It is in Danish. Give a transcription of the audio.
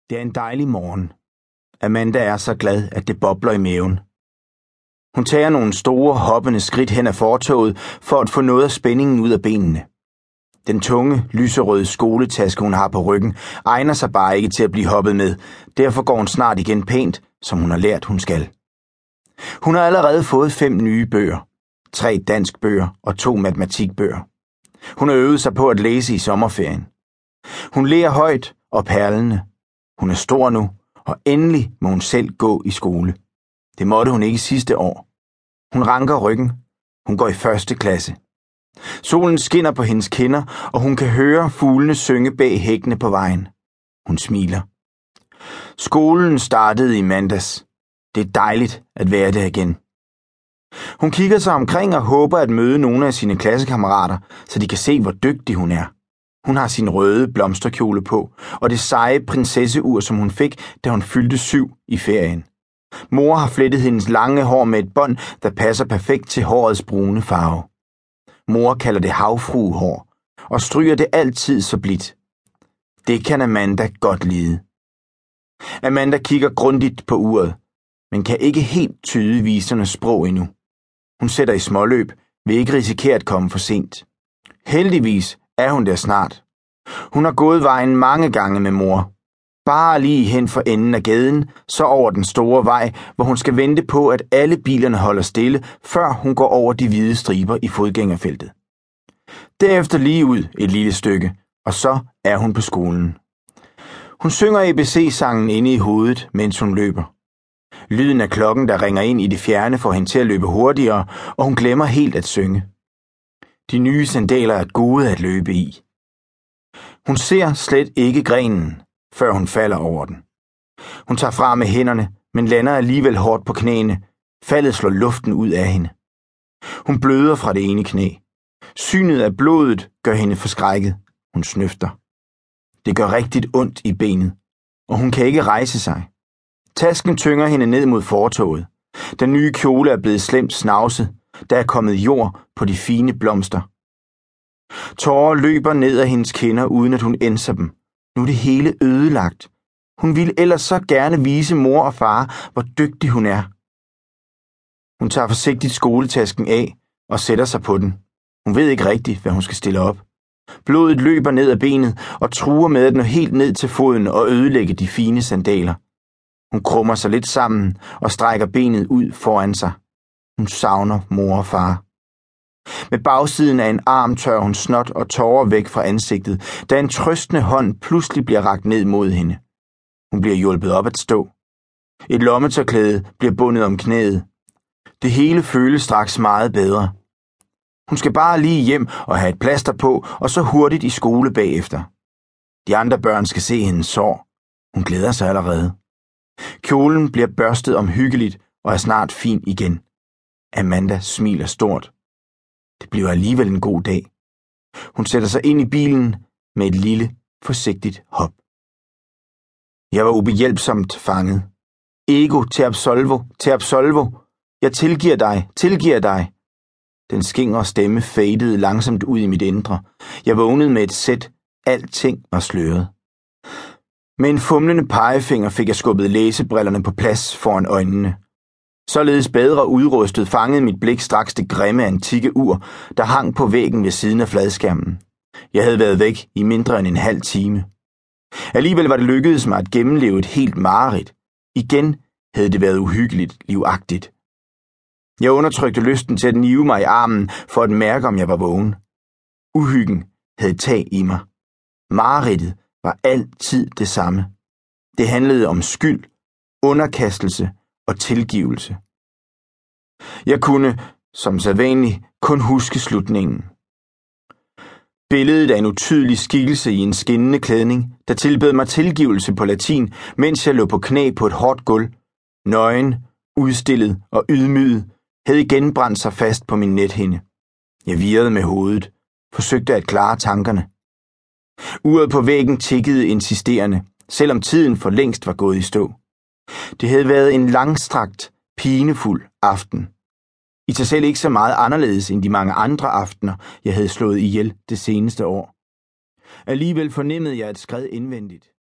Det er en dejlig morgen. Amanda er så glad, at det bobler i maven. Hun tager nogle store, hoppende skridt hen ad fortovet for at få noget af spændingen ud af benene. Den tunge, lyserøde skoletaske, hun har på ryggen, egner sig bare ikke til at blive hoppet med. Derfor går hun snart igen pænt, som hun har lært, hun skal. Hun har allerede fået 5 nye bøger. 3 danskbøger og 2 matematikbøger. Hun har øvet sig på at læse i sommerferien. Hun ler højt og perlende. Hun er stor nu, og endelig må hun selv gå i skole. Det måtte hun ikke sidste år. Hun ranker ryggen. Hun går i 1. klasse. Solen skinner på hendes kinder, og hun kan høre fuglene synge bag hækkene på vejen. Hun smiler. Skolen startede i mandags. Det er dejligt at være der igen. Hun kigger sig omkring og håber at møde nogle af sine klassekammerater, så de kan se, hvor dygtig hun er. Hun har sin røde blomsterkjole på, og det seje prinsesseur, som hun fik, da hun fyldte 7 i ferien. Mor har flettet hendes lange hår med et bånd, der passer perfekt til hårets brune farve. Mor kalder det havfruehår, og stryger det altid så blidt. Det kan Amanda godt lide. Amanda kigger grundigt på uret, men kan ikke helt tyde visernes sprog endnu. Hun sætter i småløb, vil ikke risikere at komme for sent. Heldigvis er hun der snart. Hun har gået vejen mange gange med mor. Bare lige hen for enden af gaden, så over den store vej, hvor hun skal vente på, at alle bilerne holder stille, før hun går over de hvide striber i fodgængerfeltet. Derefter lige ud et lille stykke, og så er hun på skolen. Hun synger ABC-sangen inde i hovedet, mens hun løber. Lyden af klokken, der ringer ind i det fjerne, får hende til at løbe hurtigere, og hun glemmer helt at synge. De nye sandaler er gode at løbe i. Hun ser slet ikke grenen, før hun falder over den. Hun tager fra med hænderne, men lander alligevel hårdt på knæene. Faldet slår luften ud af hende. Hun bløder fra det ene knæ. Synet af blodet gør hende forskrækket. Hun snøfter. Det gør rigtigt ondt i benet, og hun kan ikke rejse sig. Tasken tynger hende ned mod fortovet. Den nye kjole er blevet slemt snavset. Der er kommet jord på de fine blomster. Tårer løber ned af hendes kinder, uden at hun ænser dem. Nu er det hele ødelagt. Hun ville ellers så gerne vise mor og far, hvor dygtig hun er. Hun tager forsigtigt skoletasken af og sætter sig på den. Hun ved ikke rigtigt, hvad hun skal stille op. Blodet løber ned ad benet og truer med at nå helt ned til foden og ødelægge de fine sandaler. Hun krummer sig lidt sammen og strækker benet ud foran sig. Hun savner mor og far. Med bagsiden af en arm tørrer hun snot og tårer væk fra ansigtet, da en trøstende hånd pludselig bliver rakt ned mod hende. Hun bliver hjulpet op at stå. Et lommetørklæde bliver bundet om knæet. Det hele føles straks meget bedre. Hun skal bare lige hjem og have et plaster på, og så hurtigt i skole bagefter. De andre børn skal se hendes sår. Hun glæder sig allerede. Kjolen bliver børstet omhyggeligt og er snart fin igen. Amanda smiler stort. Det bliver alligevel en god dag. Hun sætter sig ind i bilen med et lille, forsigtigt hop. Jeg var ubehjælpsomt fanget. Ego te absolvo. Jeg tilgiver dig. Den skingre stemme fadede langsomt ud i mit indre. Jeg vågnede med et sæt. Alting var sløret. Med en fumlende pegefinger fik jeg skubbet læsebrillerne på plads foran øjnene. Således bedre udrustet fangede mit blik straks det grimme antikke ur, der hang på væggen ved siden af fladskærmen. Jeg havde været væk i mindre end en halv time. Alligevel var det lykkedes mig at gennemleve et helt mareridt. Igen havde det været uhyggeligt livagtigt. Jeg undertrykte lysten til at nive mig i armen for at mærke, om jeg var vågen. Uhyggen havde tag i mig. Mareridtet var altid det samme. Det handlede om skyld, underkastelse og tilgivelse. Jeg kunne, som sædvanligt, kun huske slutningen. Billedet af en utydelig skikkelse i en skinnende klædning, der tilbød mig tilgivelse på latin, mens jeg lå på knæ på et hårdt gulv, nøgen, udstillet og ydmyget, havde igen brændt sig fast på min nethinde. Jeg virrede med hovedet, forsøgte at klare tankerne. Uret på væggen tikkede insisterende, selvom tiden for længst var gået i stå. Det havde været en langstrakt, pinefuld aften. I sig selv ikke så meget anderledes end de mange andre aftener, jeg havde slået ihjel det seneste år. Alligevel fornemmede jeg et skred indvendigt.